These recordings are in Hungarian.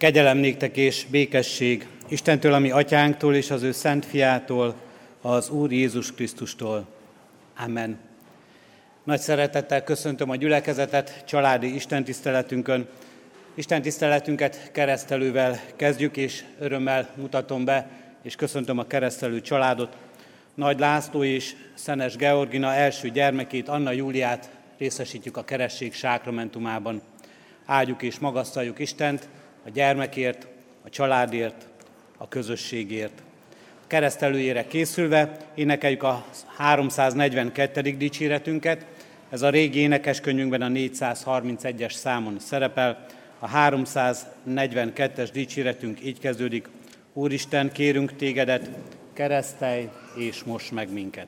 Kegyelem néktek és békesség Istentől, ami atyánktól és az ő szent fiától, az Úr Jézus Krisztustól. Amen. Nagy szeretettel köszöntöm a gyülekezetet családi istentiszteletünkön. Istentiszteletünket keresztelővel kezdjük, és örömmel mutatom be, és köszöntöm a keresztelő családot. Nagy László és Szenes Georgina első gyermekét, Anna Júliát részesítjük a keresztség sákramentumában. Áldjuk és magasztaljuk Istent a gyermekért, a családért, a közösségért. A keresztelőjére készülve énekeljük a 342. dicséretünket. Ez a régi énekeskönyvünkben a 431-es számon szerepel. A 342-es dicséretünk így kezdődik: Úristen, kérünk tégedet, keresztelj és moss meg minket.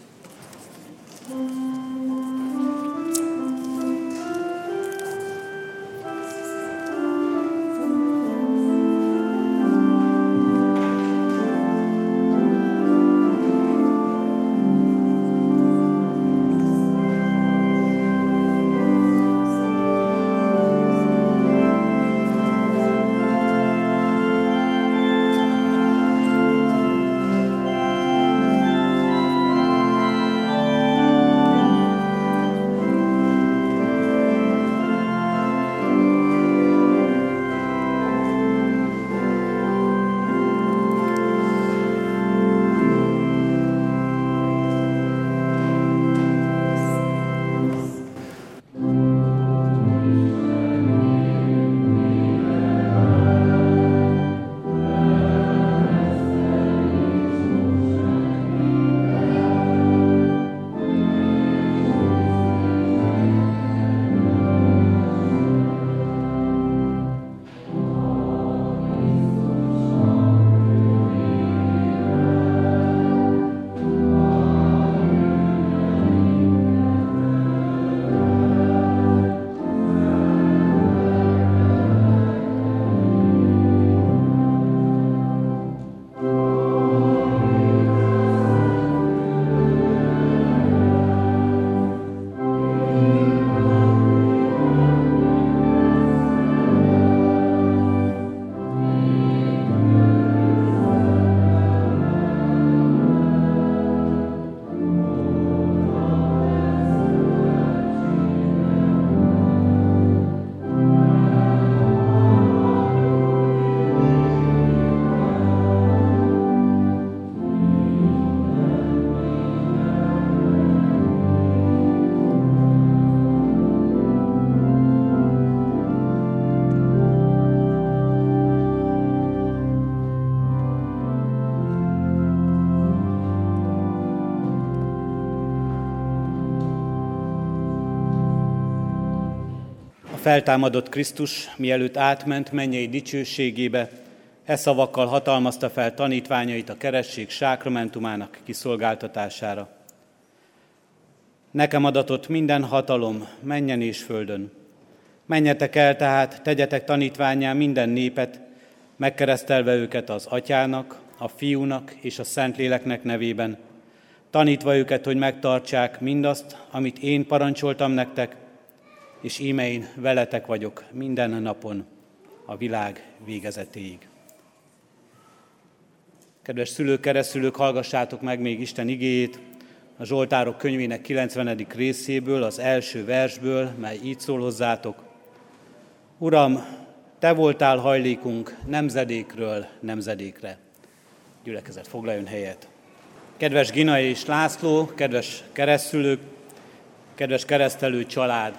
Feltámadott Krisztus, mielőtt átment mennyei dicsőségébe, e szavakkal hatalmazta fel tanítványait a keresztség sákramentumának kiszolgáltatására. Nekem adatott minden hatalom mennyen és földön. Menjetek el tehát, tegyetek tanítvánnyá minden népet, megkeresztelve őket az Atyának, a Fiúnak és a Szentléleknek nevében, tanítva őket, hogy megtartsák mindazt, amit én parancsoltam nektek, és íme én veletek vagyok minden napon, a világ végezetéig. Kedves szülők, keresztszülők, hallgassátok meg még Isten igéjét a Zsoltárok könyvének 90. részéből, az első versből, mely így szól hozzátok: Uram, te voltál hajlékunk nemzedékről nemzedékre. Gyülekezet, foglaljon helyet. Kedves Gina és László, kedves keresztszülők, kedves keresztelő család!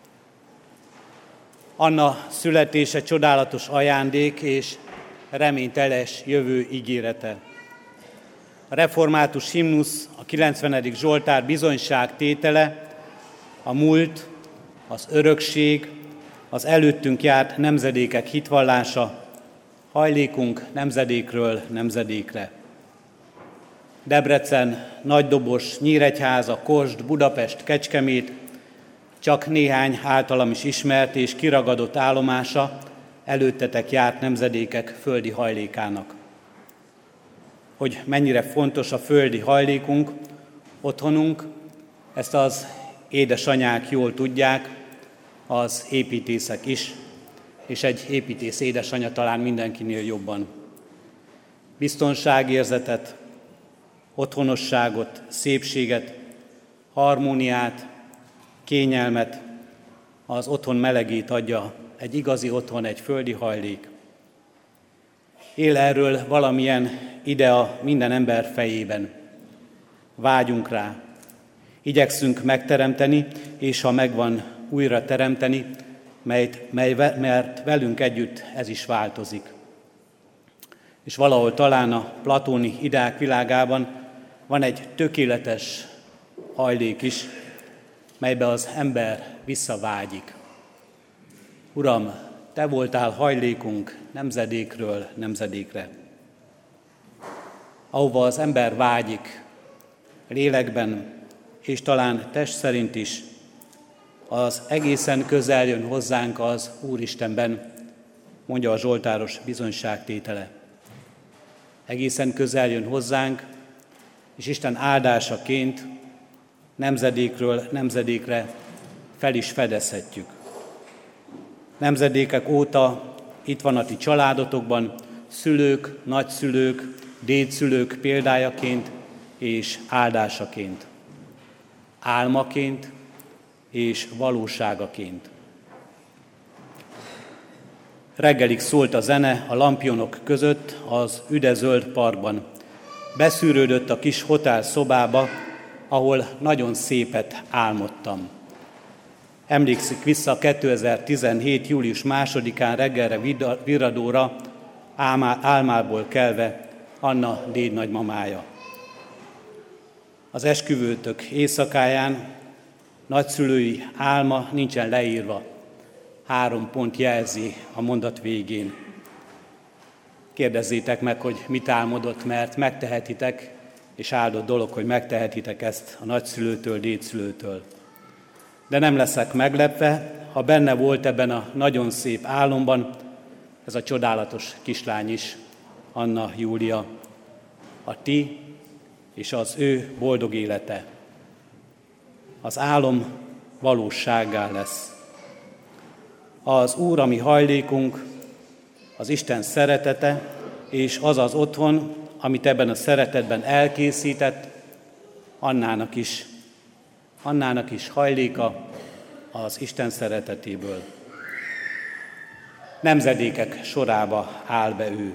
Anna születése csodálatos ajándék és reményteles jövő ígérete. A református himnusz, a 90. Zsoltár bizonyság tétele, a múlt, az örökség, az előttünk járt nemzedékek hitvallása, hajlékunk nemzedékről nemzedékre. Debrecen, Nagydobos, Nyíregyháza, Kosd, Budapest, Kecskemét, csak néhány általam is ismert és kiragadott állomása előttetek járt nemzedékek földi hajlékának. Hogy mennyire fontos a földi hajlékunk, otthonunk, ezt az édesanyák jól tudják, az építészek is, és egy építész édesanyja talán mindenkinél jobban. Biztonságérzetet, otthonosságot, szépséget, harmóniát, kényelmet, az otthon melegét adja egy igazi otthon, egy földi hajlék. Él erről valamilyen idea minden ember fejében. Vágyunk rá. Igyekszünk megteremteni, és ha megvan, újra teremteni, mert velünk együtt ez is változik. És valahol talán a platóni ideák világában van egy tökéletes hajlék is, melybe az ember visszavágyik. Uram, Te voltál hajlékunk nemzedékről nemzedékre. Ahova az ember vágyik, lélekben és talán test szerint is, az egészen közel jön hozzánk az Úristenben, mondja a zsoltáros bizonyságtétele. Egészen közel jön hozzánk, és Isten áldásaként nemzedékről nemzedékre fel is fedezhetjük. Nemzedékek óta itt van a ti családotokban, szülők, nagyszülők, dédszülők példájaként és áldásaként, álmaként és valóságaként. Reggelig szólt a zene a lampionok között az üde-zöld parkban. Beszűrődött a kis hotel szobába, ahol nagyon szépet álmodtam. Emlékszik vissza 2017. július 2-án reggelre virradóra, álmából kelve Anna dédnagymamája. Az esküvőtök éjszakáján nagyszülői álma nincsen leírva. 3 pont jelzi a mondat végén. Kérdezzétek meg, hogy mit álmodott, mert megtehetitek, és áldott dolog, hogy megtehetitek ezt a nagyszülőtől, dédszülőtől. De nem leszek meglepve, ha benne volt ebben a nagyon szép álomban ez a csodálatos kislány is, Anna Júlia, a ti és az ő boldog élete. Az álom valósággá lesz. Az Úr, ami hajlékunk, az Isten szeretete, és az az otthon, amit ebben a szeretetben elkészített, Annának is hajléka az Isten szeretetéből. Nemzedékek sorába áll be ő.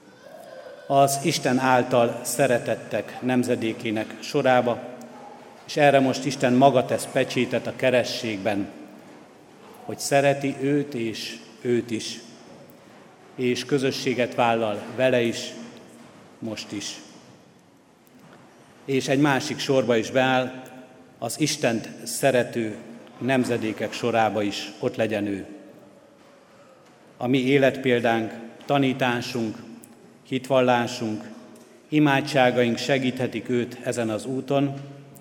Az Isten által szeretettek nemzedékének sorába, és erre most Isten maga tesz pecsétet a kerességben, hogy szereti őt és őt is, és közösséget vállal vele is, most is. És egy másik sorba is beáll, az Istent szerető nemzedékek sorába is ott legyen ő. A mi életpéldánk, tanításunk, hitvallásunk, imádságaink segíthetik őt ezen az úton,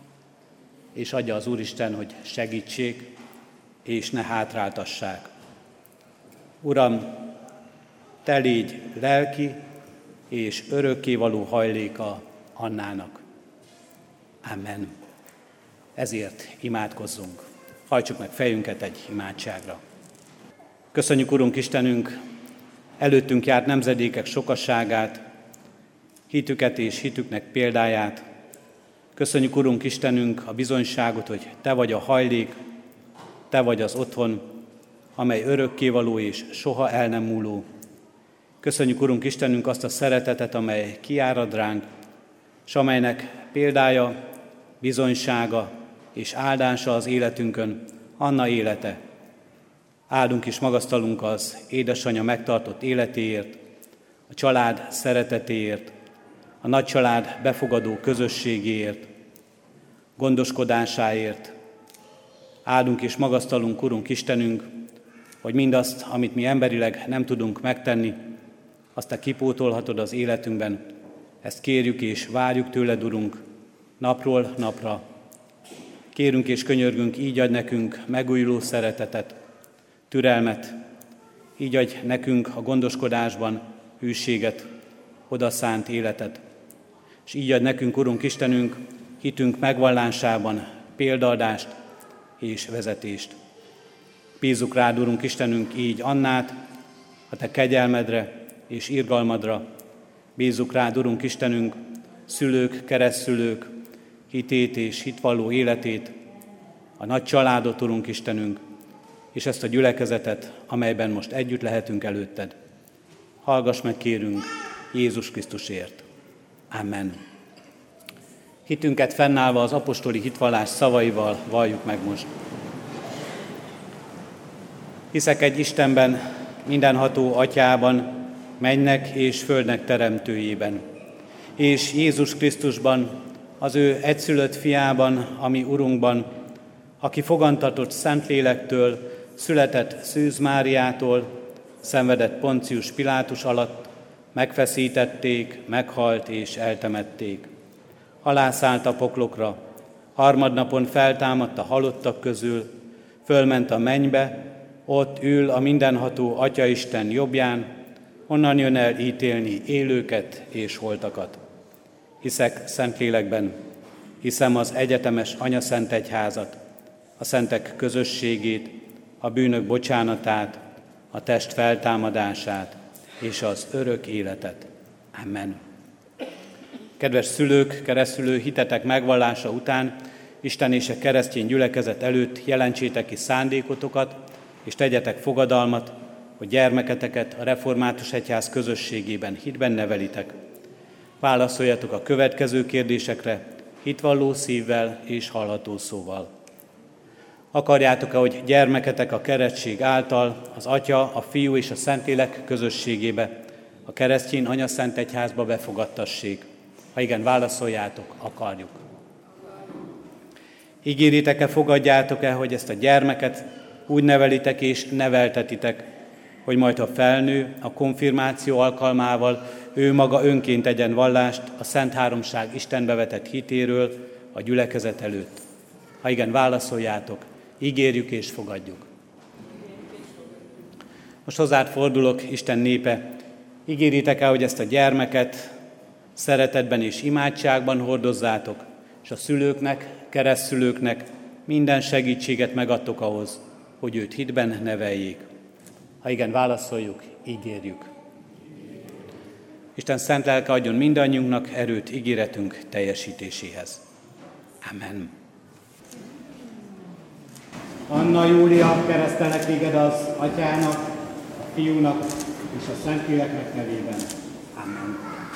és adja az Úristen, hogy segítsék, és ne hátráltassák. Uram, Te légy lelki és örökkévaló hajléka Annának. Amen. Ezért imádkozzunk. Hajtsuk meg fejünket egy imádságra. Köszönjük, Urunk Istenünk, előttünk járt nemzedékek sokaságát, hitüket és hitüknek példáját. Köszönjük, Urunk Istenünk, a bizonyságot, hogy Te vagy a hajlék, Te vagy az otthon, amely örökkévaló és soha el nem múló. Köszönjük, Urunk Istenünk, azt a szeretetet, amely kiárad ránk, s amelynek példája, bizonysága és áldása az életünkön, Anna élete. Áldunk és magasztalunk az édesanyja megtartott életéért, a család szeretetéért, a nagycsalád befogadó közösségéért, gondoskodásáért. Áldunk és magasztalunk, Urunk Istenünk, hogy mindazt, amit mi emberileg nem tudunk megtenni, azt Te kipótolhatod az életünkben. Ezt kérjük és várjuk tőled, Urunk, napról napra. Kérünk és könyörgünk, így adj nekünk megújuló szeretetet, türelmet, így adj nekünk a gondoskodásban hűséget, odaszánt életet. És így adj nekünk, Urunk Istenünk, hitünk megvallásában példaadást és vezetést. Bízzuk rád, Urunk Istenünk, így Annát A Te kegyelmedre és irgalmadra bízzuk rád, Urunk Istenünk, szülők, keresztszülők hitét és hitvalló életét, a nagy családot, Urunk Istenünk, és ezt a gyülekezetet, amelyben most együtt lehetünk előtted. Hallgass meg, kérünk, Jézus Krisztusért. Amen. Hitünket fennállva az apostoli hitvallás szavaival valljuk meg most. Hiszek egy Istenben, mindenható Atyában, mennynek és földnek teremtőjében, és Jézus Krisztusban, az ő egyszülött fiában, ami Urunkban, aki fogantatott Szentlélektől, született Szűz Máriától, szenvedett Poncius Pilátus alatt, megfeszítették, meghalt és eltemették. Alászállt a poklokra, harmadnapon feltámadt a halottak közül, fölment a mennybe, ott ül a mindenható Atyaisten jobbján, onnan jön el ítélni élőket és holtakat. Hiszek Szentlélekben, hiszem az egyetemes Anyaszent Egyházat, a szentek közösségét, a bűnök bocsánatát, a test feltámadását és az örök életet. Amen. Kedves szülők, keresztülő hitetek megvallása után Isten és a keresztény gyülekezet előtt jelentsétek ki szándékotokat, és tegyetek fogadalmat, hogy gyermeketeket a református egyház közösségében hitben nevelitek. Válaszoljatok a következő kérdésekre hitvalló szívvel és hallható szóval. Akarjátok-e, hogy gyermeketek a keresztség által az Atya, a Fiú és a Szentlélek közösségébe, a keresztény Anyaszent Egyházba befogadtassék? Ha igen, válaszoljátok, akarjuk. Ígéritek-e, fogadjátok-e, hogy ezt a gyermeket úgy nevelitek és neveltetitek, hogy majd, ha felnő, a konfirmáció alkalmával ő maga önként tegyen vallást a Szent Háromság Istenbe vetett hitéről a gyülekezet előtt? Ha igen, válaszoljátok, ígérjük és fogadjuk. Most hozzád fordulok, Isten népe, ígéritek-e, hogy ezt a gyermeket szeretetben és imádságban hordozzátok, és a szülőknek, keresztszülőknek minden segítséget megadtok ahhoz, hogy őt hitben neveljék? Ha igen, válaszoljuk, ígérjük. Isten szent lelke adjon mindannyiunknak erőt ígéretünk teljesítéséhez. Amen. Anna Júlia, keresztelek téged az Atyának, a Fiúnak és a Szentléleknek nevében. Amen.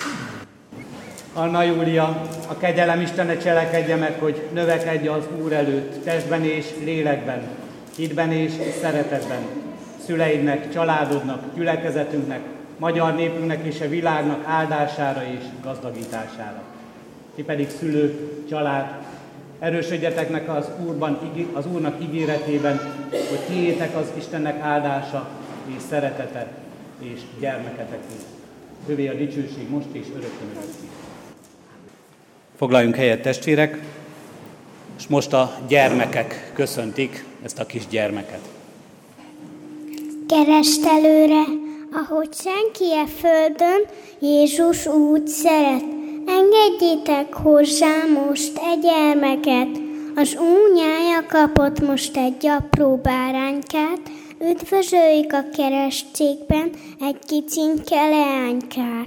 Anna Júlia, a kegyelem Istene cselekedje meg, hogy növekedj az Úr előtt, testben és lélekben, hitben és szeretetben, szüleidnek, családodnak, gyülekezetünknek, magyar népünknek és a világnak áldására és gazdagítására. Ti pedig szülők, család, erősödjetek meg az Úrnak ígéretében, hogy tiétek az Istennek áldása és szeretete és gyermeketek is. Övé a dicsőség most és örökkön örökké. Foglaljunk helyet, testvérek, és most a gyermekek köszöntik ezt a kis gyermeket. Keresztelőre, ahogy senki a földön, Jézus úgy szeret. Engedjétek hozzá most egy gyermeket, az Úr nyája kapott most egy apró báránykát, üdvözöljük a keresztségben egy kicinke leánykát.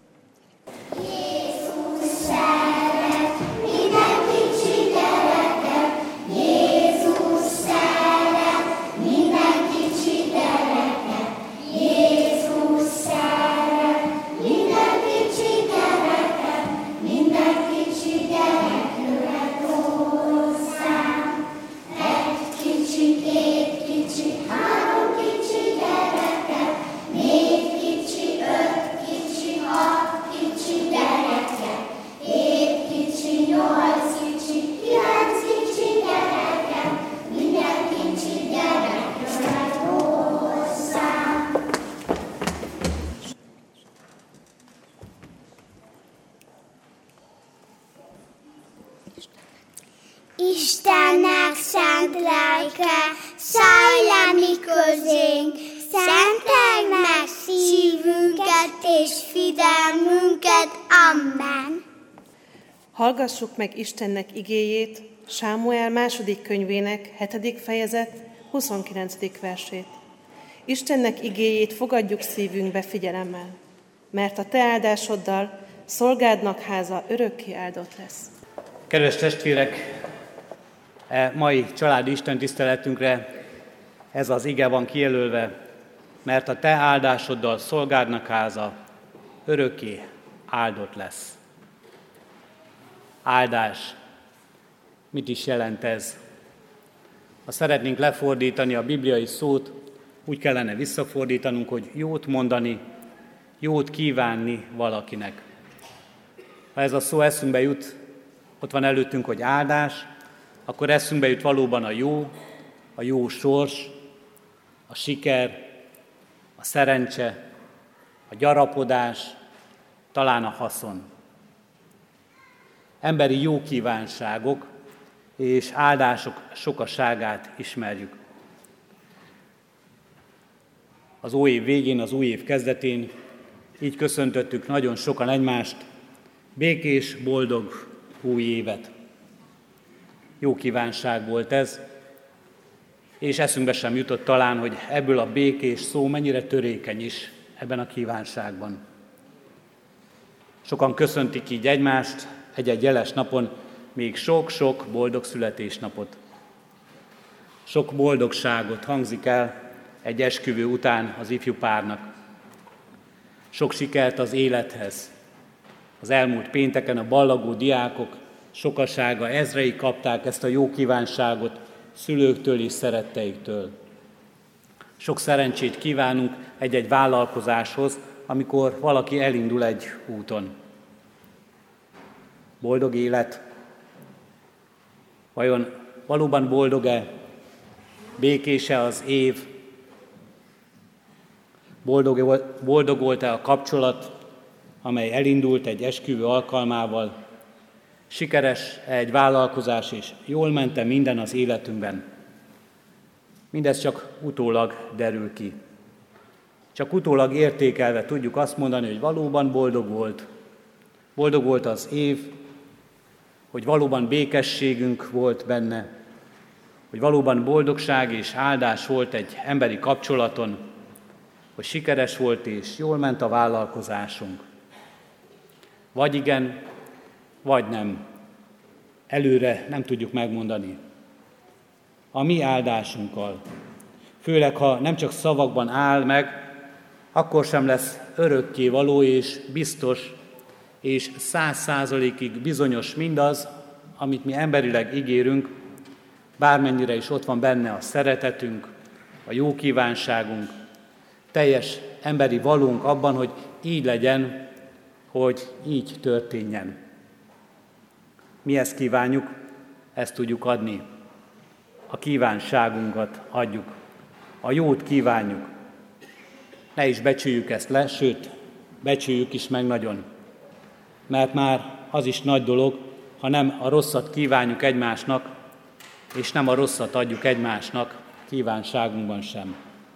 Jézus szeret minden kicsi gyereket, Jézus szeret minden kicsi gyereket, Jézus szeret minden kicsi gyereket, minden kicsi gyerek jöhet hozzám. Egy kicsi, két kicsi, három kicsi gyereket, négy kicsi, öt kicsi, hat kicsi gyereket, hét kicsi, nyolc kicsi, kilenc kicsi gyereket, minden kicsi gyerek jöhet hozzám. Istennek szent lelke, szállj le mi közénk, szenteld meg szívünket és figyelmünket. Amen. Hallgassuk meg Istennek igéjét, Sámuel 2. könyvének 7. fejezet 29. versét. Istennek igéjét fogadjuk szívünkbe figyelemmel, mert a te áldásoddal szolgádnak háza örökké áldott lesz. Kedves testvérek, mai családi istentiszteletünkre ez az ige van kijelölve, mert a te áldásoddal szolgádnak háza örökké áldott lesz. Áldás. Mit is jelent ez? Ha szeretnénk lefordítani a bibliai szót, úgy kellene visszafordítanunk, hogy jót mondani, jót kívánni valakinek. Ha ez a szó eszünkbe jut, ott van előttünk, hogy áldás, akkor eszünkbe jut valóban a jó sors, a siker, a szerencse, a gyarapodás, talán a haszon. Emberi jó kívánságok és áldások sokaságát ismerjük. Az új év végén, az új év kezdetén így köszöntöttük nagyon sokan egymást, békés, boldog új évet. Jó kívánság volt ez, és eszünkbe sem jutott talán, hogy ebből a békés szó mennyire törékeny is ebben a kívánságban. Sokan köszöntik így egymást egy-egy jeles napon, még sok-sok boldog születésnapot. Sok boldogságot hangzik el egy esküvő után az ifjú párnak. Sok sikert az élethez. Az elmúlt pénteken a ballagó diákok sokasága, ezrei kapták ezt a jó kívánságot szülőktől és szeretteiktől. Sok szerencsét kívánunk egy-egy vállalkozáshoz, amikor valaki elindul egy úton. Boldog élet. Vajon valóban boldog-e? Békés-e az év? Boldog volt-e a kapcsolat, amely elindult egy esküvő alkalmával? Sikeres egy vállalkozás, és jól ment-e minden az életünkben? Mindez csak utólag derül ki. Csak utólag értékelve tudjuk azt mondani, hogy valóban boldog volt. Boldog volt az év, hogy valóban békességünk volt benne, hogy valóban boldogság és áldás volt egy emberi kapcsolaton, hogy sikeres volt és jól ment a vállalkozásunk. Vagy igen, vagy nem. Előre nem tudjuk megmondani. A mi áldásunkkal, főleg ha nem csak szavakban áll meg, akkor sem lesz örökké való és biztos, és 100%-ig bizonyos mindaz, amit mi emberileg ígérünk, bármennyire is ott van benne a szeretetünk, a jó kívánságunk, teljes emberi valónk abban, hogy így legyen, hogy így történjen. Mi ezt kívánjuk, ezt tudjuk adni. A kívánságunkat adjuk. A jót kívánjuk. Ne is becsüljük ezt le, sőt, becsüljük is meg nagyon. Mert már az is nagy dolog, ha nem a rosszat kívánjuk egymásnak, és nem a rosszat adjuk egymásnak kívánságunkban sem.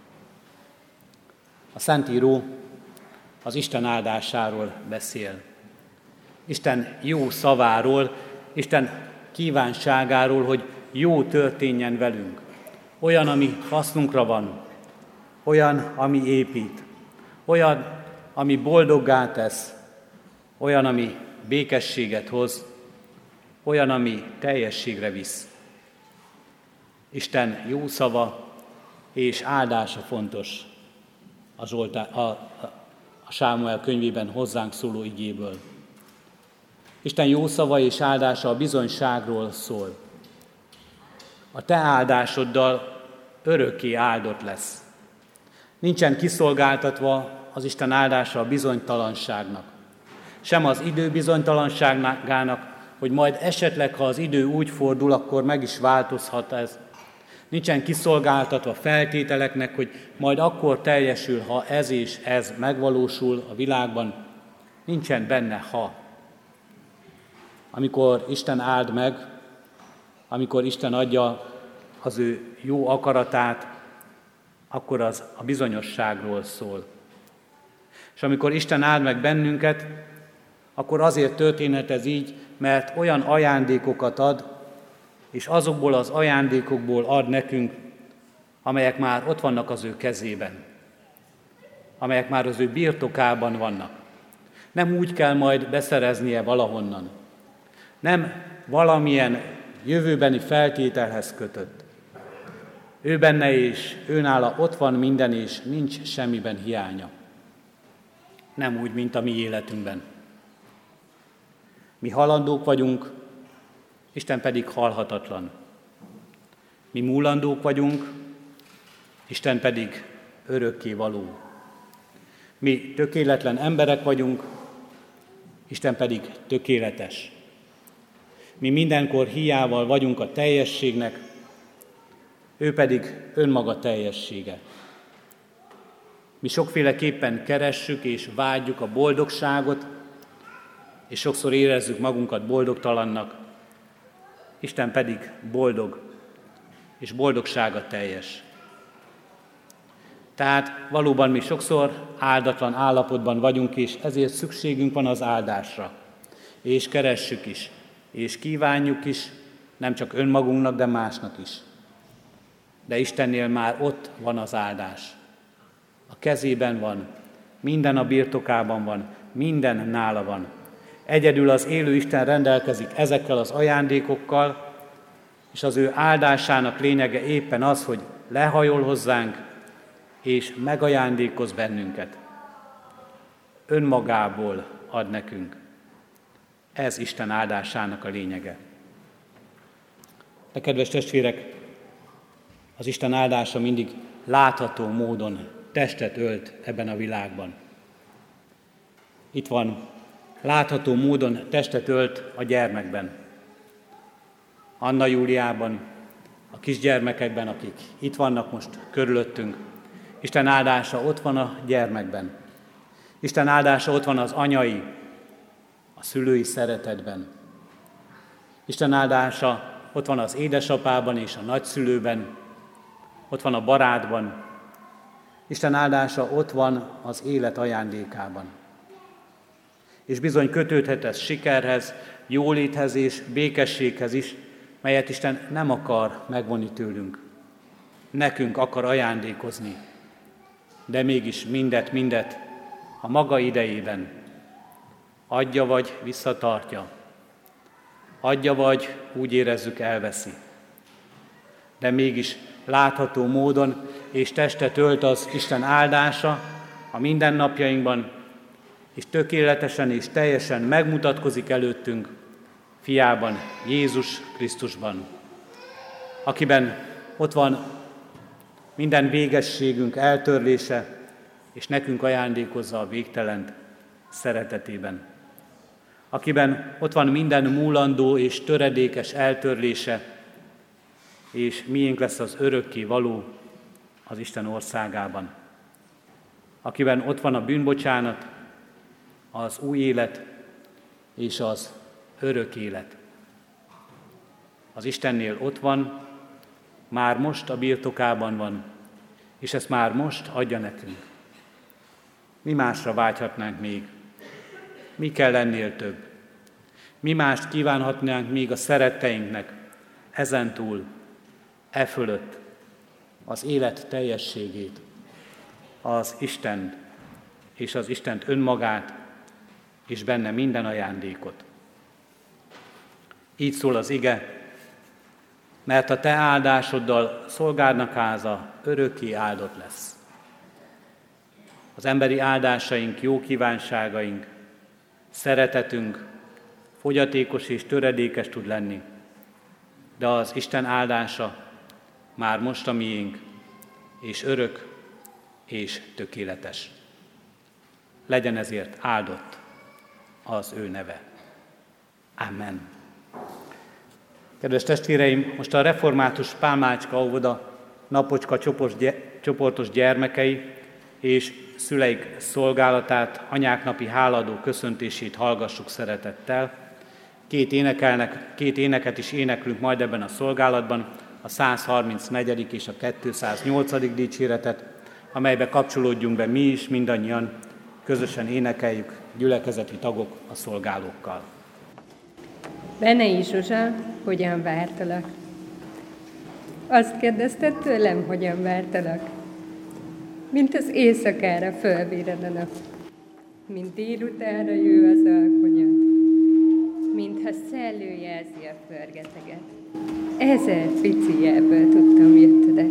A Szentíró az Isten áldásáról beszél. Isten jó szaváról, Isten kívánságáról, hogy jó történjen velünk. Olyan, ami hasznunkra van, olyan, ami épít, olyan, ami boldoggá tesz, olyan, ami békességet hoz, olyan, ami teljességre visz. Isten jó szava és áldása fontos a Sámuel könyvében hozzánk szóló igéből. Isten jó szava és áldása a bizonyságról szól. A te áldásoddal örökké áldott lesz. Nincsen kiszolgáltatva az Isten áldása a bizonytalanságnak. Sem az idő bizonytalanságának, hogy majd esetleg, ha az idő úgy fordul, akkor meg is változhat ez. Nincsen kiszolgáltatva feltételeknek, hogy majd akkor teljesül, ha ez és ez megvalósul a világban. Nincsen benne ha. Amikor Isten áld meg, amikor Isten adja az ő jó akaratát, akkor az a bizonyosságról szól. És amikor Isten áld meg bennünket, akkor azért történhet ez így, mert olyan ajándékokat ad, és azokból az ajándékokból ad nekünk, amelyek már ott vannak az ő kezében, amelyek már az ő birtokában vannak. Nem úgy kell majd beszereznie valahonnan. Nem valamilyen jövőbeni feltételhez kötött. Ő benne és őnála ott van minden, és nincs semmiben hiánya. Nem úgy, mint a mi életünkben. Mi halandók vagyunk, Isten pedig halhatatlan. Mi múlandók vagyunk, Isten pedig örökkévaló. Mi tökéletlen emberek vagyunk, Isten pedig tökéletes. Mi mindenkor hiával vagyunk a teljességnek, ő pedig önmaga teljessége. Mi sokféleképpen keressük és vágyjuk a boldogságot, és sokszor érezzük magunkat boldogtalannak, Isten pedig boldog, és boldogsága teljes. Tehát valóban mi sokszor áldatlan állapotban vagyunk, és ezért szükségünk van az áldásra. És keressük is, és kívánjuk is, nem csak önmagunknak, de másnak is. De Istennél már ott van az áldás. A kezében van, minden a birtokában van, minden nála van. Egyedül az élő Isten rendelkezik ezekkel az ajándékokkal, és az ő áldásának lényege éppen az, hogy lehajol hozzánk, és megajándékoz bennünket. Önmagából ad nekünk. Ez Isten áldásának a lényege. De kedves testvérek, az Isten áldása mindig látható módon testet ölt ebben a világban. Itt van, látható módon testet ölt a gyermekben. Anna Júliában, a kisgyermekekben, akik itt vannak most körülöttünk. Isten áldása ott van a gyermekben. Isten áldása ott van az anyai, a szülői szeretetben. Isten áldása ott van az édesapában és a nagyszülőben, ott van a barátban. Isten áldása ott van az élet ajándékában. És bizony kötődhet ez sikerhez, jóléthez és békességhez is, melyet Isten nem akar megvonni tőlünk. Nekünk akar ajándékozni, de mégis mindet a maga idejében adja vagy visszatartja. Adja vagy úgy érezzük elveszi. De mégis látható módon és testet ölt az Isten áldása a mindennapjainkban, és tökéletesen és teljesen megmutatkozik előttünk fiában, Jézus Krisztusban, akiben ott van minden végességünk eltörlése, és nekünk ajándékozza a végtelent szeretetében. Akiben ott van minden múlandó és töredékes eltörlése, és miénk lesz az örökké való az Isten országában. Akiben ott van a bűnbocsánat, az új élet és az örök élet. Az Istennél ott van, már most a birtokában van, és ezt már most adja nekünk. Mi másra vágyhatnánk még? Mi kell ennél több? Mi mást kívánhatnánk még a szeretteinknek ezentúl, e fölött az élet teljességét, az Istent és az Istent önmagát, és benne minden ajándékot. Így szól az ige, mert a te áldásoddal szolgádnak háza örökké áldott lesz. Az emberi áldásaink, jó kívánságaink, szeretetünk fogyatékos és töredékes tud lenni, de az Isten áldása már most a miénk, és örök és tökéletes. Legyen ezért áldott az ő neve. Amen. Kedves testvéreim, most a református Pálmácska óvoda napocska csoportos gyermekei és szüleik szolgálatát, anyák napi hálaadó köszöntését hallgassuk szeretettel. Két éneket is éneklünk majd ebben a szolgálatban, a 134. és a 208. dicséretet, amelybe kapcsolódjunk be mi is, mindannyian, közösen énekeljük, gyülekezeti tagok a szolgálókkal. Benei Zsuzsa, hogyan vártalak? Azt kérdezted tőlem, hogyan vártalak? Mint az éjszakára fölvéred a nap, mint délutánra jő az alkonyat, mintha szellő jelzi a förgeteget. 1000 pici jelből tudtam jöttedet.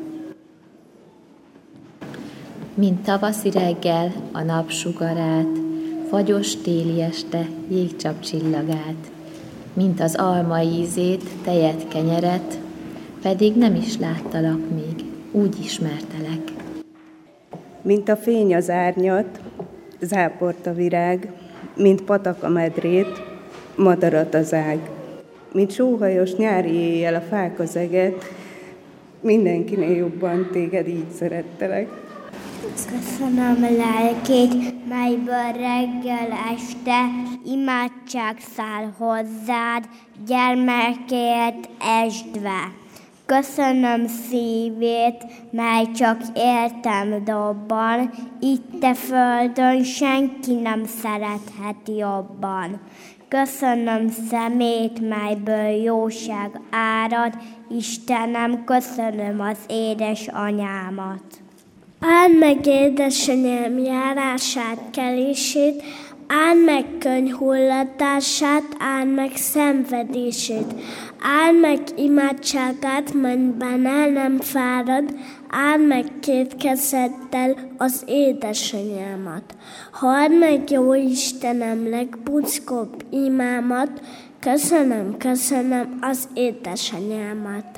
Mint tavaszi reggel a napsugarát, fagyos téli este jégcsap csillagát, mint az alma ízét, tejet, kenyeret, pedig nem is láttalak még, úgy ismertelek. Mint a fény az árnyat, záport a virág, mint patak a medrét, madarat az ág. Mint sóhajos nyári éjjel a fák az eget, mindenkinél jobban téged így szerettelek. Köszönöm lelkét, melyből reggel este imádság száll hozzád, gyermekért esdve. Köszönöm szívét, mely csak értem dobban, itt a földön senki nem szerethet jobban. Köszönöm szemét, melyből jóság árad, Istenem, köszönöm az édesanyámat. Áld meg édesanyám járását, kelését, áld meg könyhullatását, áld meg szenvedését, áld meg imádságát, mennyben el nem fárad, áld meg két kezeddel az édesanyámat. Halld meg, jó Istenem, legbuckóbb imámat, köszönöm, köszönöm az édesanyámat.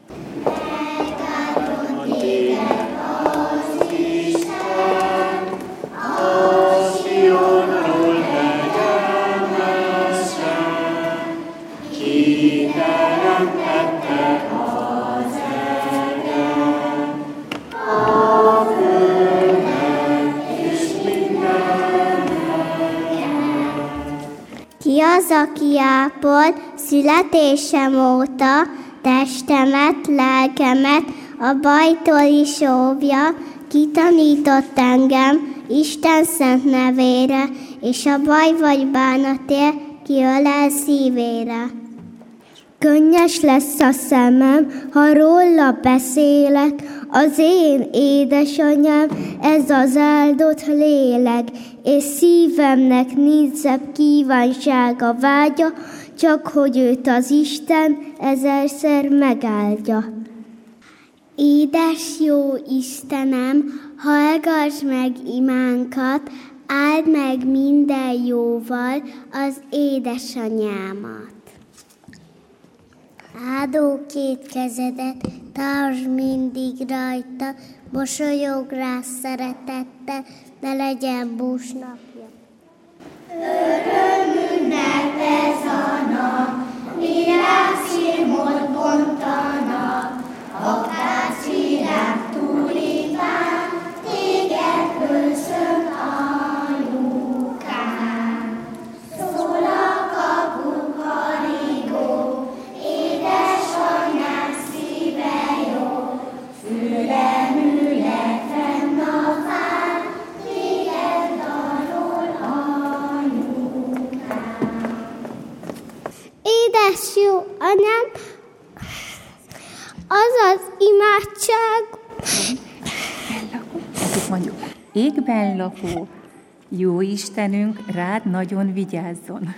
Ki az, aki ápol születésem óta testemet, lelkemet, a bajtól is óvja, ki tanított engem Isten szent nevére, és a baj vagy bánatért kiölel szívére. Könnyes lesz a szemem, ha róla beszélek, az én édesanyám, ez az áldott lélek, és szívemnek nincs szebb kívánsága, vágya, csak hogy őt az Isten ezerszer megáldja. Édes jó Istenem, hallgass meg imánkat, áld meg minden jóval az édesanyámat. Áldó két kezedet, tartsd mindig rajta, mosolyog rá szeretettel, ne legyen bús napja. Örömünknek ez a nap, virágszirmot bontanak, akár virág tulipán, téged köszön anyukám. Szól a kapu harigó, édesanyám szíve jó, fülemület fenn a fán, téged darol anyukám. Édes jó anyám, az az imádság. Ezt mondjuk, égben lakó, jó Istenünk rád nagyon vigyázzon.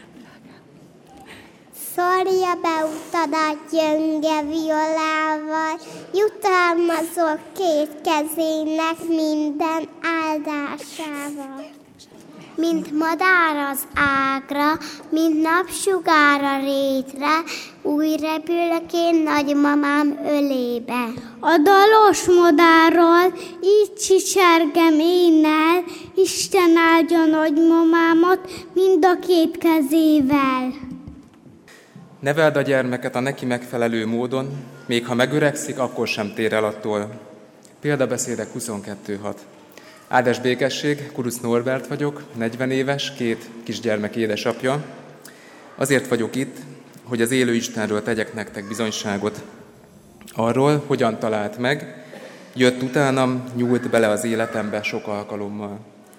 Szórja be utadat gyönge violával, jutalmazol két kezének minden áldásával. Mint madár az ágra, mint napsugár a rétre, úgy repülök én nagymamám ölébe. A dalos madárral így csicsergem én el, Isten áldja nagymamámat mind a két kezével. Neveld a gyermeket a neki megfelelő módon, még ha megöregszik, akkor sem tér el attól. Példabeszédek 22.6. Áldás békesség, Kuruc Norbert vagyok, 40 éves, 2 kisgyermek édesapja. Azért vagyok itt, hogy az élő Istenről tegyek nektek bizonyságot. Arról, hogyan talált meg, jött utánam, nyúlt bele az életembe sok alkalommal.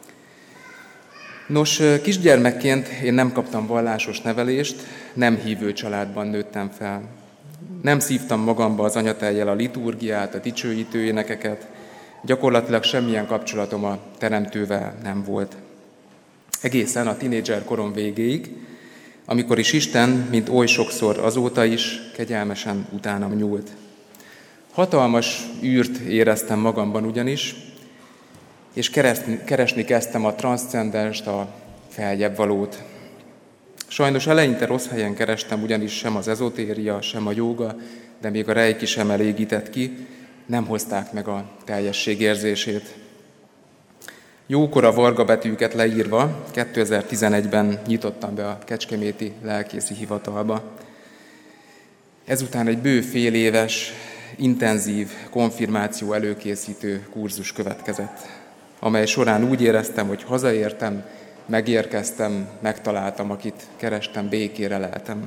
Nos, kisgyermekként én nem kaptam vallásos nevelést, nem hívő családban nőttem fel. nem szívtam magamba az anyateljel a liturgiát, a dicsőítő énekeket, gyakorlatilag semmilyen kapcsolatom a Teremtővel nem volt. Egészen a tinédzser korom végéig, amikor is Isten, mint oly sokszor azóta is, kegyelmesen utánam nyúlt. Hatalmas űrt éreztem magamban ugyanis, és keresni kezdtem a transzcendenst, a feljebb valót. Sajnos eleinte rossz helyen kerestem, ugyanis sem az ezotéria, sem a jóga, de még a reiki sem elégített ki, nem hozták meg a teljesség érzését. Jókora varga betűket leírva 2011-ben nyitottam be a kecskeméti lelkészi hivatalba. Ezután egy bő fél éves, intenzív konfirmáció előkészítő kurzus következett, amely során úgy éreztem, hogy hazaértem, megérkeztem, megtaláltam, akit kerestem, békére leltem.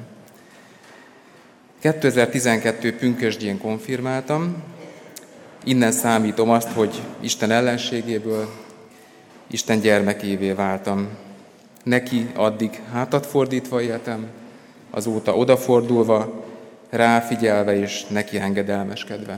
2012 pünkösdjén konfirmáltam, innen számítom azt, hogy Isten ellenségéből Isten gyermekévé váltam. Neki addig hátat fordítva éltem, azóta odafordulva, ráfigyelve és neki engedelmeskedve.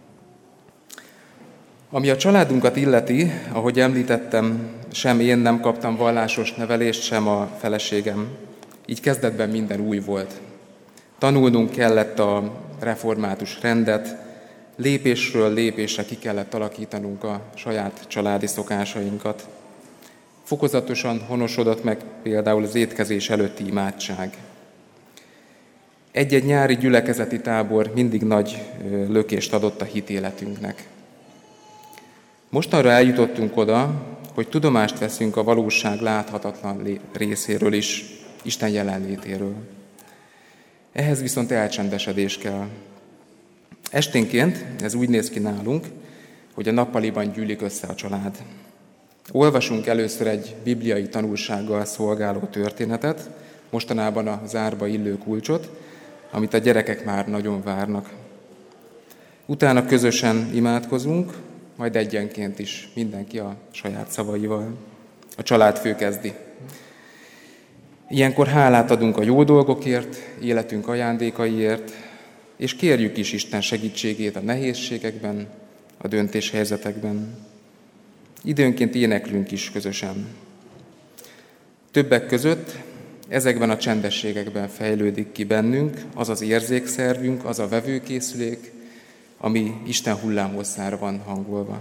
Ami a családunkat illeti, ahogy említettem, sem én nem kaptam vallásos nevelést, sem a feleségem. Így kezdetben minden új volt. Tanulnunk kellett a református rendet, lépésről lépésre ki kellett alakítanunk a saját családi szokásainkat. Fokozatosan honosodott meg például az étkezés előtti imádság. Egy-egy nyári gyülekezeti tábor mindig nagy lökést adott a hitéletünknek. Mostanra eljutottunk oda, hogy tudomást veszünk a valóság láthatatlan részéről is, Isten jelenlétéről. Ehhez viszont elcsendesedés kell. Esténként ez úgy néz ki nálunk, hogy a nappaliban gyűlik össze a család. Olvasunk először egy bibliai tanulsággal szolgáló történetet, mostanában a zárba illő kulcsot, amit a gyerekek már nagyon várnak. Utána közösen imádkozunk, majd egyenként is mindenki a saját szavaival. A családfő kezdi. Ilyenkor hálát adunk a jó dolgokért, életünk ajándékaiért, és kérjük is Isten segítségét a nehézségekben, a döntéshelyzetekben. Időnként éneklünk is közösen. Többek között ezekben a csendességekben fejlődik ki bennünk az az érzékszervünk, az a vevőkészülék, ami Isten hullámhosszára van hangolva.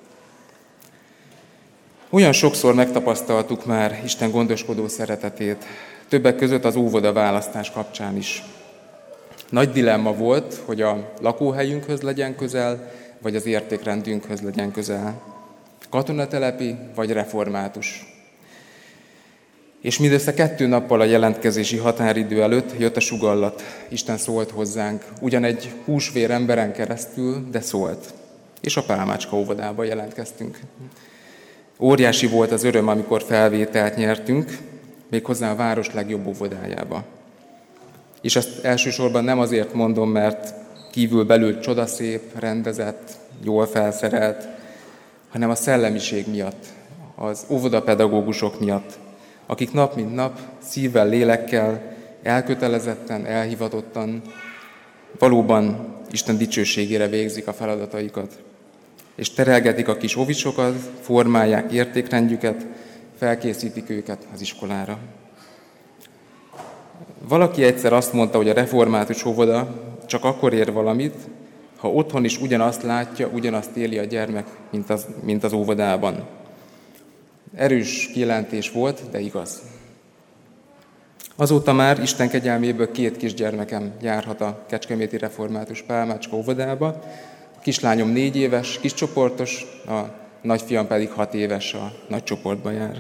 Olyan sokszor megtapasztaltuk már Isten gondoskodó szeretetét, többek között az óvoda választás kapcsán is. Nagy dilemma volt, hogy a lakóhelyünkhöz legyen közel, vagy az értékrendünkhöz legyen közel. Katonatelepi, vagy református. És mindössze 2 nappal a jelentkezési határidő előtt jött a sugallat. Isten szólt hozzánk, ugyan egy húsvér emberen keresztül, de szólt. És a Pálmácska óvodába jelentkeztünk. Óriási volt az öröm, amikor felvételt nyertünk, méghozzá a város legjobb óvodájába. És ezt elsősorban nem azért mondom, mert kívül-belül csodaszép, rendezett, jól felszerelt, hanem a szellemiség miatt, az óvodapedagógusok miatt, akik nap mint nap, szívvel, lélekkel, elkötelezetten, elhivatottan, valóban Isten dicsőségére végzik a feladataikat, és terelgetik a kis ovisokat, formálják értékrendjüket, felkészítik őket az iskolára. Valaki egyszer azt mondta, hogy a református óvoda csak akkor ér valamit, ha otthon is ugyanazt látja, ugyanazt éli a gyermek, mint az óvodában. Erős kijelentés volt, de igaz. Azóta már Isten kegyelméből 2 kisgyermekem járhat a Kecskeméti Református Pálmácska óvodába. A kislányom 4 éves, kiscsoportos, a nagyfiam pedig 6 éves, a nagy csoportba jár.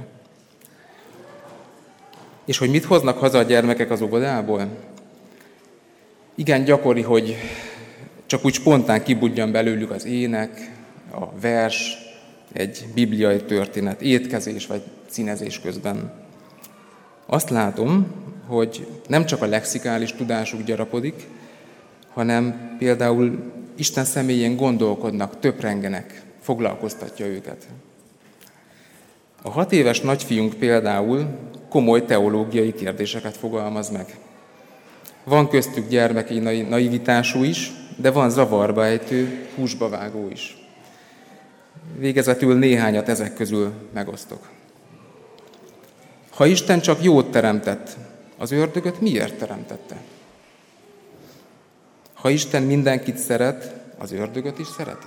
És hogy mit hoznak haza a gyermekek az óvodából? Igen, gyakori, hogy csak úgy spontán kibudjan belőlük az ének, a vers, egy bibliai történet, étkezés vagy színezés közben. Azt látom, hogy nem csak a lexikális tudásuk gyarapodik, hanem például Isten személyén gondolkodnak, töprengenek, foglalkoztatja őket. A 6 éves nagyfiunk például komoly teológiai kérdéseket fogalmaz meg. Van köztük gyermeki naivitású is, de van zavarba ejtő, húsba vágó is. Végezetül néhányat ezek közül megosztok. Ha Isten csak jót teremtett, az ördögöt miért teremtette? Ha Isten mindenkit szeret, az ördögöt is szereti?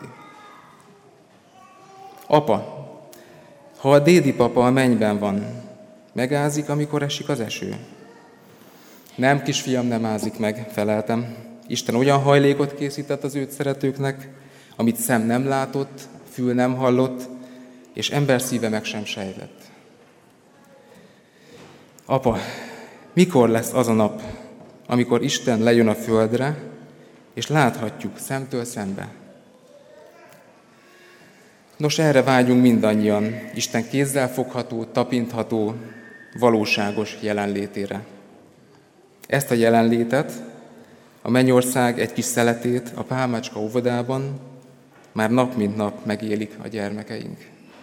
Apa, ha a dédi papa a mennyben van, megázik, amikor esik az eső? Nem, kisfiam, nem ázik meg, feleltem. Isten olyan hajlékot készített az őt szeretőknek, amit szem nem látott, fül nem hallott, és ember szíve meg sem sejtett. Apa, mikor lesz az a nap, amikor Isten lejön a földre, és láthatjuk szemtől szembe? Nos, erre vágyunk mindannyian, Isten kézzel fogható, tapintható, valóságos jelenlétére. Ezt a jelenlétet, a mennyország egy kis szeletét a Pálmácska óvodában már nap mint nap megélik a gyermekeink.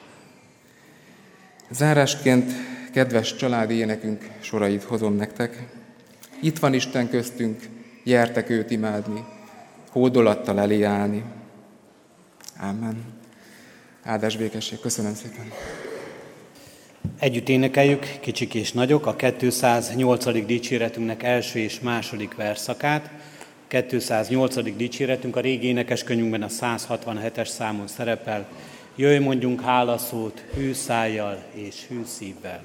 Zárásként kedves családi énekünk sorait hozom nektek. Itt van Isten köztünk, gyertek őt imádni, hódolattal elé állni. Ámen. Áldás békesség. Köszönöm szépen. Együtt énekeljük, kicsik és nagyok, a 208. dicséretünknek első és második verszakát. 208. dicséretünk a régi énekeskönyvünkben a 167-es számon szerepel. Jöjj, mondjunk hálaszót hű szájjal és hű szívvel.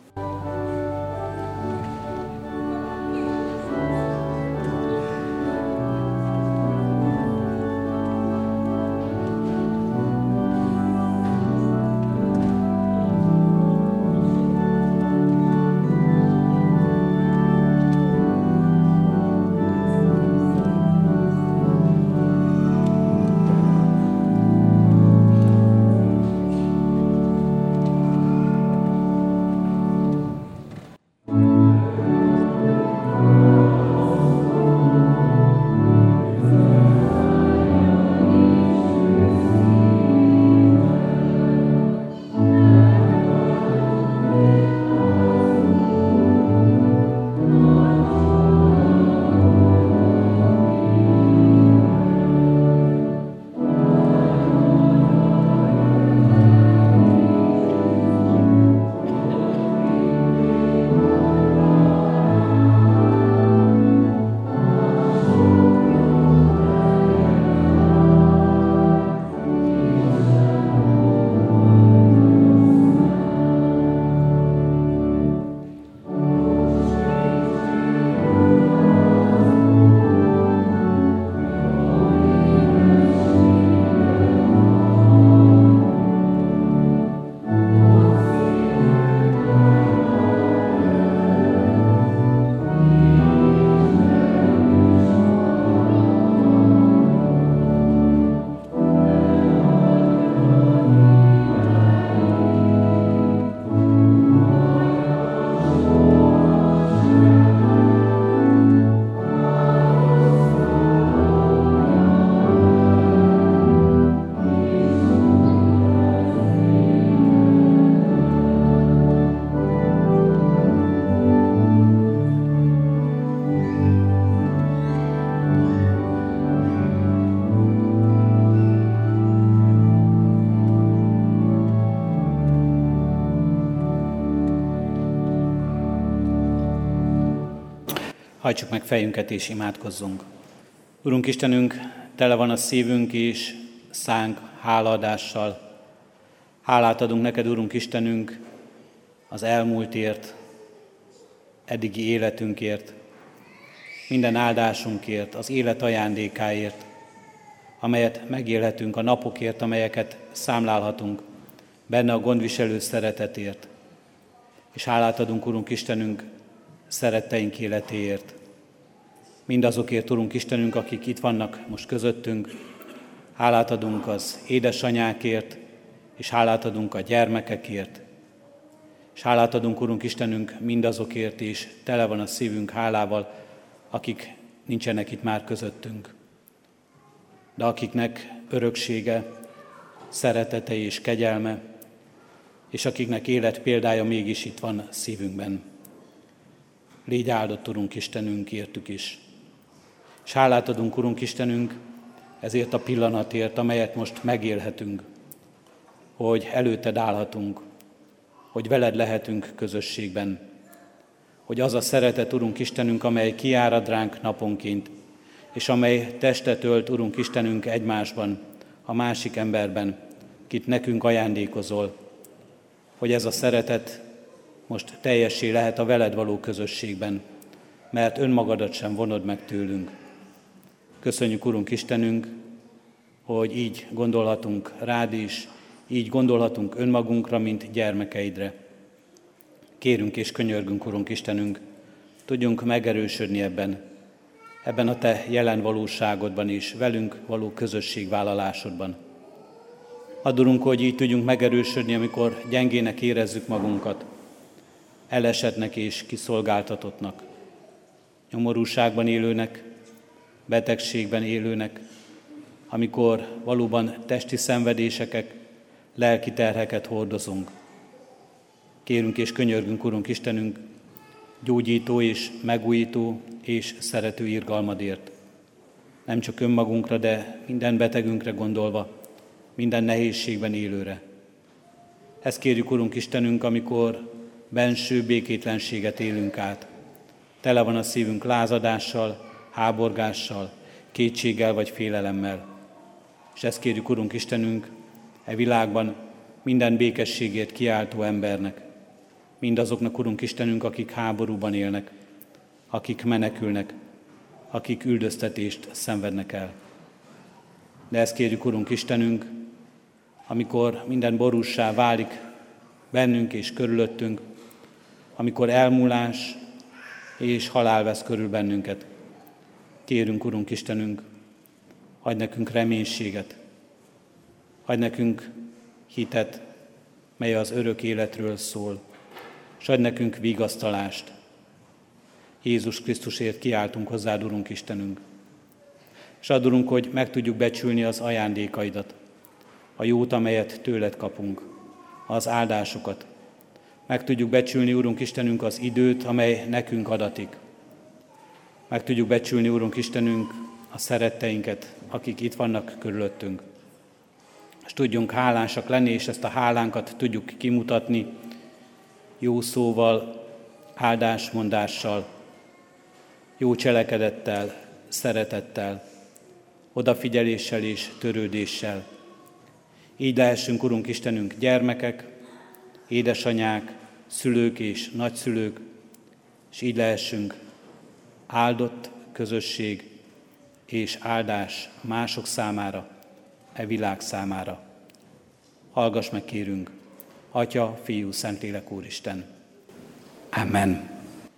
Hajtsuk meg fejünket és imádkozzunk. Urunk Istenünk, tele van a szívünk és szánk hálaadással. Hálát adunk neked, Urunk Istenünk, az elmúltért, eddigi életünkért, minden áldásunkért, az élet ajándékáért, amelyet megélhetünk, a napokért, amelyeket számlálhatunk, benne a gondviselő szeretetért. És hálát adunk, Urunk Istenünk, szeretteink életéért. Mindazokért, Urunk Istenünk, akik itt vannak most közöttünk, hálát adunk az édesanyákért, és hálát adunk a gyermekekért. És hálát adunk, Urunk Istenünk, mindazokért is, tele van a szívünk hálával, akik nincsenek itt már közöttünk, de akiknek öröksége, szeretete és kegyelme, és akiknek élet példája mégis itt van szívünkben. Légy áldott, Urunk Istenünk, értük is. És hálát adunk, Urunk Istenünk, ezért a pillanatért, amelyet most megélhetünk, hogy előtted állhatunk, hogy veled lehetünk közösségben, hogy az a szeretet, Urunk Istenünk, amely kiárad ránk naponként, és amely testet ölt, Urunk Istenünk, egymásban, a másik emberben, kit nekünk ajándékozol, hogy ez a szeretet most teljessé lehet a veled való közösségben, mert önmagadat sem vonod meg tőlünk. Köszönjük, Urunk Istenünk, hogy így gondolhatunk rád is, így gondolhatunk önmagunkra, mint gyermekeidre. Kérünk és könyörgünk, Urunk Istenünk, tudjunk megerősödni ebben a te jelen valóságodban és velünk való közösségvállalásodban. Add, Urunk, hogy így tudjunk megerősödni, amikor gyengének érezzük magunkat, elesettnek és kiszolgáltatottnak, nyomorúságban élőnek, betegségben élőnek, amikor valóban testi szenvedéseket, lelki terheket hordozunk. Kérünk és könyörgünk, Urunk Istenünk, gyógyító és megújító és szerető irgalmadért. Nem csak önmagunkra, de minden betegünkre gondolva, minden nehézségben élőre. Ezt kérjük, Urunk Istenünk, amikor benső békétlenséget élünk át. Tele van a szívünk lázadással, háborgással, kétséggel vagy félelemmel. És ezt kérjük, Urunk Istenünk, e világban minden békességért kiáltó embernek, mindazoknak, Urunk Istenünk, akik háborúban élnek, akik menekülnek, akik üldöztetést szenvednek el. De ezt kérjük, Urunk Istenünk, amikor minden borússá válik bennünk és körülöttünk, amikor elmúlás és halál vesz körül bennünket. Kérünk, Urunk Istenünk, adj nekünk reménységet, adj nekünk hitet, mely az örök életről szól, és adj nekünk vigasztalást. Jézus Krisztusért kiáltunk hozzád, Urunk Istenünk. És add, Urunk, hogy meg tudjuk becsülni az ajándékaidat, a jót, amelyet tőled kapunk, az áldásokat. Meg tudjuk becsülni, Urunk Istenünk, az időt, amely nekünk adatik. Meg tudjuk becsülni, Urunk Istenünk, a szeretteinket, akik itt vannak körülöttünk. És tudjunk hálásak lenni, és ezt a hálánkat tudjuk kimutatni jó szóval, áldásmondással, jó cselekedettel, szeretettel, odafigyeléssel és törődéssel. Így lehessünk, Urunk Istenünk, gyermekek, édesanyák, szülők és nagyszülők, és így lehessünk áldott közösség és áldás mások számára, e világ számára. Hallgass meg, kérünk, Atya, Fiú, Szentlélek, Úristen. Amen.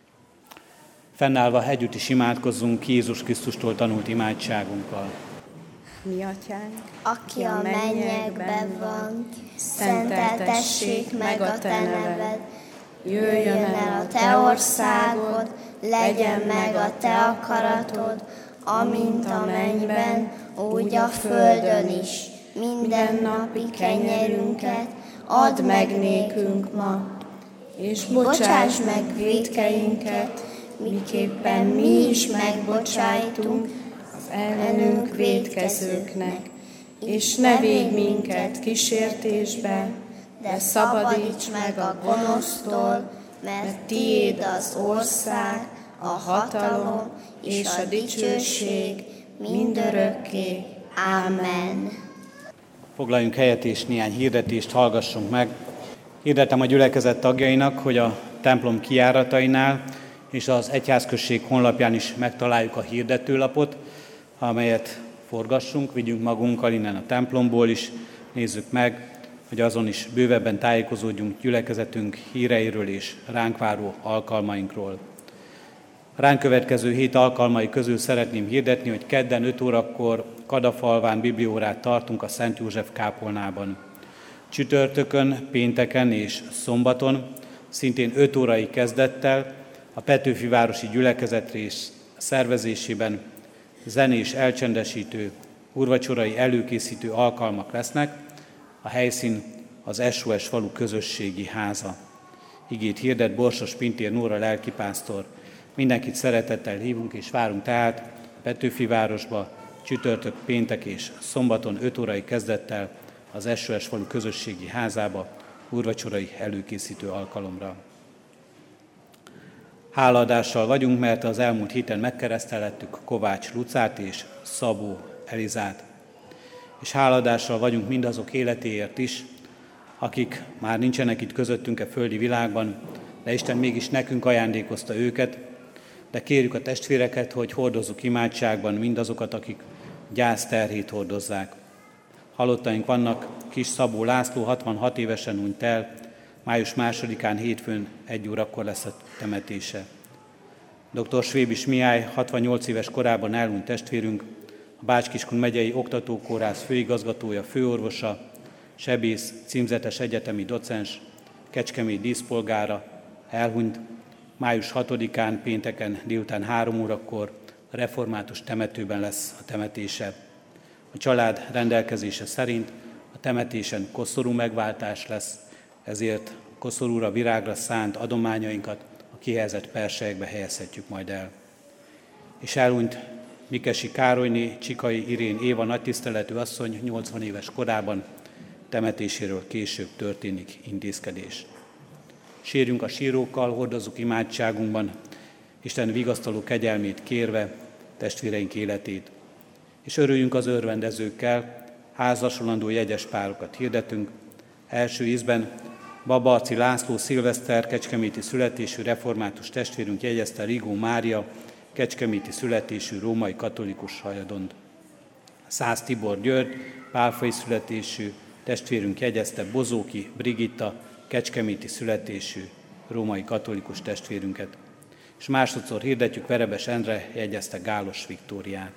Fennállva együtt is imádkozzunk Jézus Krisztustól tanult imádságunkkal. Mi Atyánk, Aki a mennyekben van, szenteltessék meg a te neved. Jöjjön el a te országod, legyen meg a te akaratod, amint a mennyben, úgy a földön is. Mindennapi kenyerünket add meg nékünk ma, és bocsáss meg vétkeinket, miképpen mi is megbocsájtunk az ellenünk vétkezőknek. És ne védj minket kísértésbe, de szabadíts meg a gonosztól, mert tiéd az ország, a hatalom és a dicsőség mindörökké. Ámen. Foglaljunk helyet és néhány hirdetést hallgassunk meg. Hirdetem a gyülekezet tagjainak, hogy a templom kijáratainál és az egyházközség honlapján is megtaláljuk a hirdetőlapot, amelyet forgassunk, vigyünk magunkkal innen a templomból is, nézzük meg, hogy azon is bővebben tájékozódjunk gyülekezetünk híreiről és ránk váró alkalmainkról. A ránk következő hét alkalmai közül szeretném hirdetni, hogy kedden 5 órakor Kadafalván bibliórát tartunk a Szent József kápolnában. Csütörtökön, pénteken és szombaton, szintén 5 órai kezdettel a Petőfivárosi gyülekezetrész szervezésében zenés elcsendesítő, úrvacsorai előkészítő alkalmak lesznek. A helyszín az SOS falu közösségi háza. Igét hirdet Borsos Pintér Nóra lelkipásztor. Mindenkit szeretettel hívunk és várunk tehát Petőfivárosba csütörtök, péntek és szombaton 5 órai kezdettel az SOS Falu közösségi házába úrvacsorai előkészítő alkalomra. Hálaadással vagyunk, mert az elmúlt héten megkeresztelhettük Kovács Lucát és Szabó Elizát. És hálaadással vagyunk mindazok életéért is, akik már nincsenek itt közöttünk a földi világban, de Isten mégis nekünk ajándékozta őket, de kérjük a testvéreket, hogy hordozzuk imádságban mindazokat, akik gyászterhét hordozzák. Halottaink vannak, Kis Szabó László 66 évesen hunyt el, május 2-án hétfőn 1 órakor lesz a temetése. Dr. Svébis Mihály 68 éves korában elhunyt testvérünk, a Bács-Kiskun megyei oktatókórház főigazgatója, főorvosa, sebész, címzetes egyetemi docens, Kecskemét díszpolgára elhunyt, május 6-án pénteken délután 3 órakor a református temetőben lesz a temetése. A család rendelkezése szerint a temetésen koszorú megváltás lesz, ezért koszorúra, virágra szánt adományainkat a kihelyezett perselyekbe helyezhetjük majd el. És elhunyt Mikesi Károlyné, Csikai Irén Éva nagytiszteletű asszony 80 éves korában, temetéséről később történik intézkedés. Sírjunk a sírókkal, hordozzuk imádságunkban, Isten vigasztaló kegyelmét kérve testvéreink életét. És örüljünk az örvendezőkkel, házasulandó jegyes párokat hirdetünk. Első ízben Babarci László szilveszter kecskeméti születésű református testvérünk jegyezte Rigó Mária, kecskeméti születésű római katolikus hajadont. Szász Tibor György, pálfai születésű testvérünk jegyezte Bozóki Brigitta, kecskeméti születésű római katolikus testvérünket. És másodszor hirdetjük Verebes Endre jegyezte Gálos Viktóriát.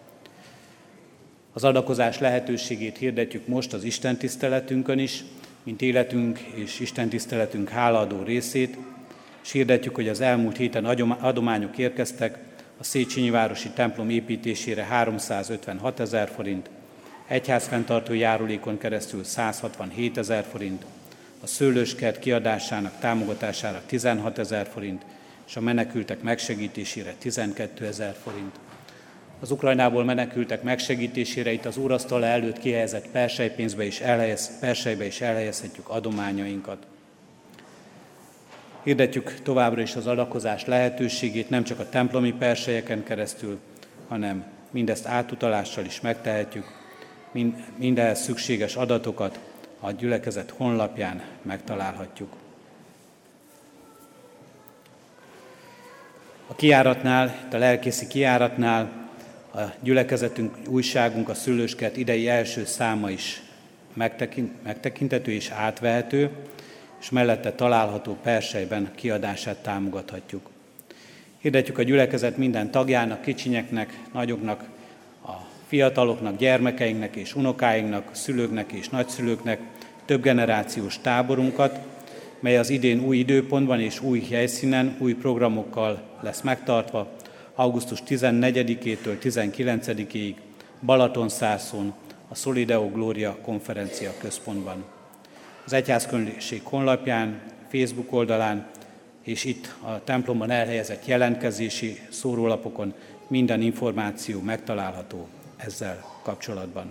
Az adakozás lehetőségét hirdetjük most az istentiszteletünkön is, mint életünk és istentiszteletünk hálaadó részét, és hirdetjük, hogy az elmúlt héten adományok érkeztek a Széchenyi városi templom építésére 356 000 forint, egyházfenntartó járulékon keresztül 167 000 forint, a szőlőskert kiadásának támogatására 16 000 forint, és a menekültek megsegítésére 12 000 forint. Az Ukrajnából menekültek megsegítésére itt az úrasztala előtt kihelyezett perselypénzbe perselybe is elhelyezhetjük adományainkat. Hirdetjük továbbra is az adakozás lehetőségét, nem csak a templomi perselyeken keresztül, hanem mindezt átutalással is megtehetjük. Mindenhez szükséges adatokat a gyülekezet honlapján megtalálhatjuk. A kijáratnál, itt a lelkészi kijáratnál a gyülekezetünk, újságunk, a Szőlőskert idei első száma is megtekintető és átvehető, és mellette található perselyben kiadását támogathatjuk. Hirdetjük a gyülekezet minden tagjának, kicsinyeknek, nagyoknak, a fiataloknak, gyermekeinknek és unokáinknak, szülőknek és nagyszülőknek több generációs táborunkat, mely az idén új időpontban és új helyszínen, új programokkal lesz megtartva, augusztus 14-től 19-ig Balatonszárszón, a Solideo Gloria konferencia központban. Az egyházközség honlapján, Facebook oldalán és itt a templomban elhelyezett jelentkezési szórólapokon minden információ megtalálható ezzel kapcsolatban.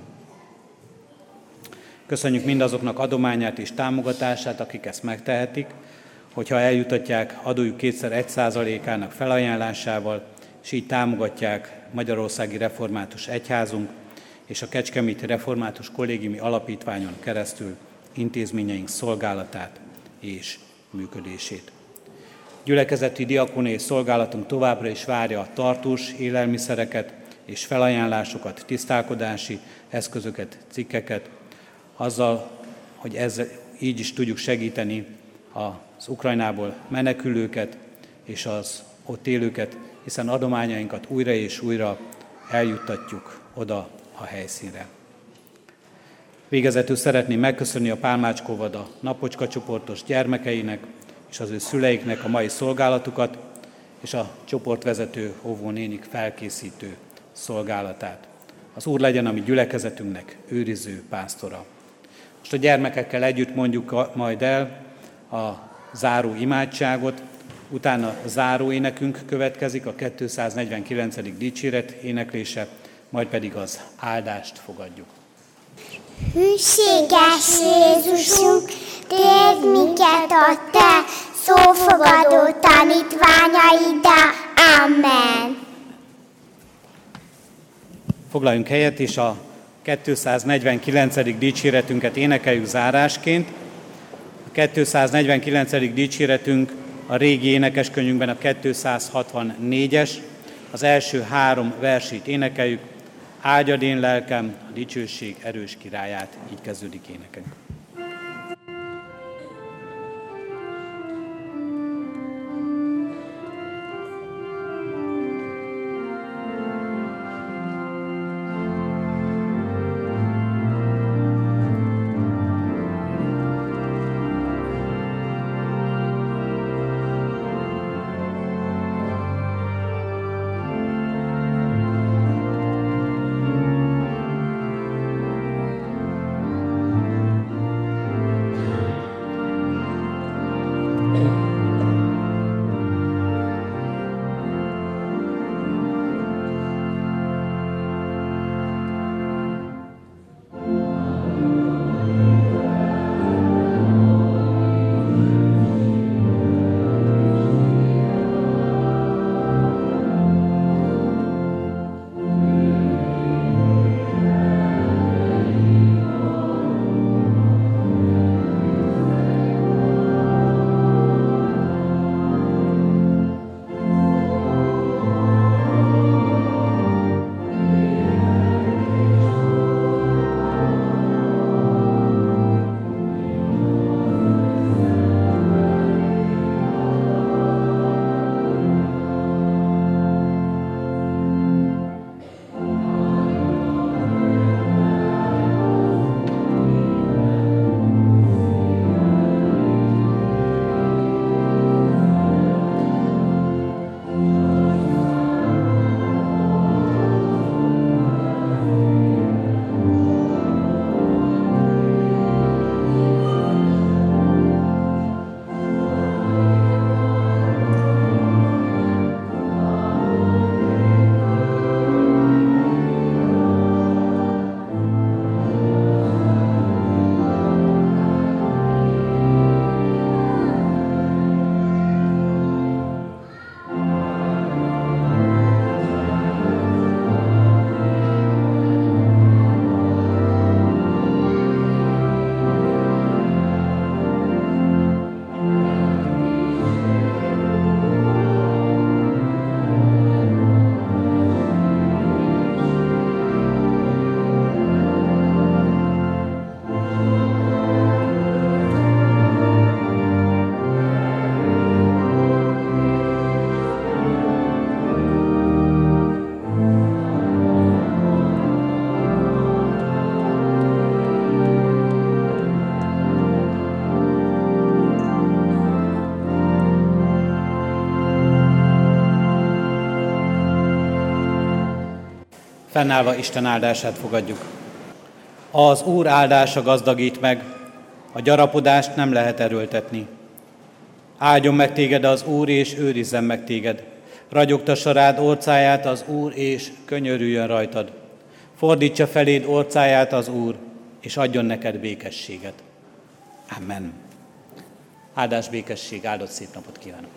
Köszönjük mindazoknak adományát és támogatását, akik ezt megtehetik, hogyha eljutatják adójuk 2x1%-ának felajánlásával, és így támogatják Magyarországi Református Egyházunk és a Kecskeméti Református Kollégiumi Alapítványon keresztül intézményeink szolgálatát és működését. Gyülekezeti diakóniai szolgálatunk továbbra is várja a tartós élelmiszereket és felajánlásokat, tisztálkodási eszközöket, cikkeket, azzal, hogy ezzel így is tudjuk segíteni az Ukrajnából menekülőket és az ott élőket, hiszen adományainkat újra és újra eljuttatjuk oda a helyszínre. Végezetül szeretném megköszönni a Pálmácskóvoda Napocska csoportos gyermekeinek és az ő szüleiknek a mai szolgálatukat, és a csoportvezető óvónénik felkészítő szolgálatát. Az Úr legyen a mi gyülekezetünknek őriző pásztora. Most a gyermekekkel együtt mondjuk majd el a záró imádságot, Utána záró énekünk következik, a 249. dicséret éneklése, majd pedig az áldást fogadjuk. Hűséges Jézusunk, térd minket a Te szófogadó tanítványaiddá. Amen. Foglaljunk helyet, és a 249. dicséretünket énekeljük zárásként. A 249. dicséretünk a régi énekeskönyvünkben a 264-es, az első 3 versét énekeljük. Áldjad én lelkem a dicsőség erős királyát. Így kezdődik énekünk. Fennállva Isten áldását fogadjuk. Az Úr áldása gazdagít meg, a gyarapodást nem lehet erőltetni. Áldjon meg téged az Úr, és őrizzen meg téged. Ragyogtassa rád orcáját az Úr, és könyörüljön rajtad. Fordítsa feléd orcáját az Úr, és adjon neked békességet. Amen. Áldás, békesség, áldott szép napot kívánok!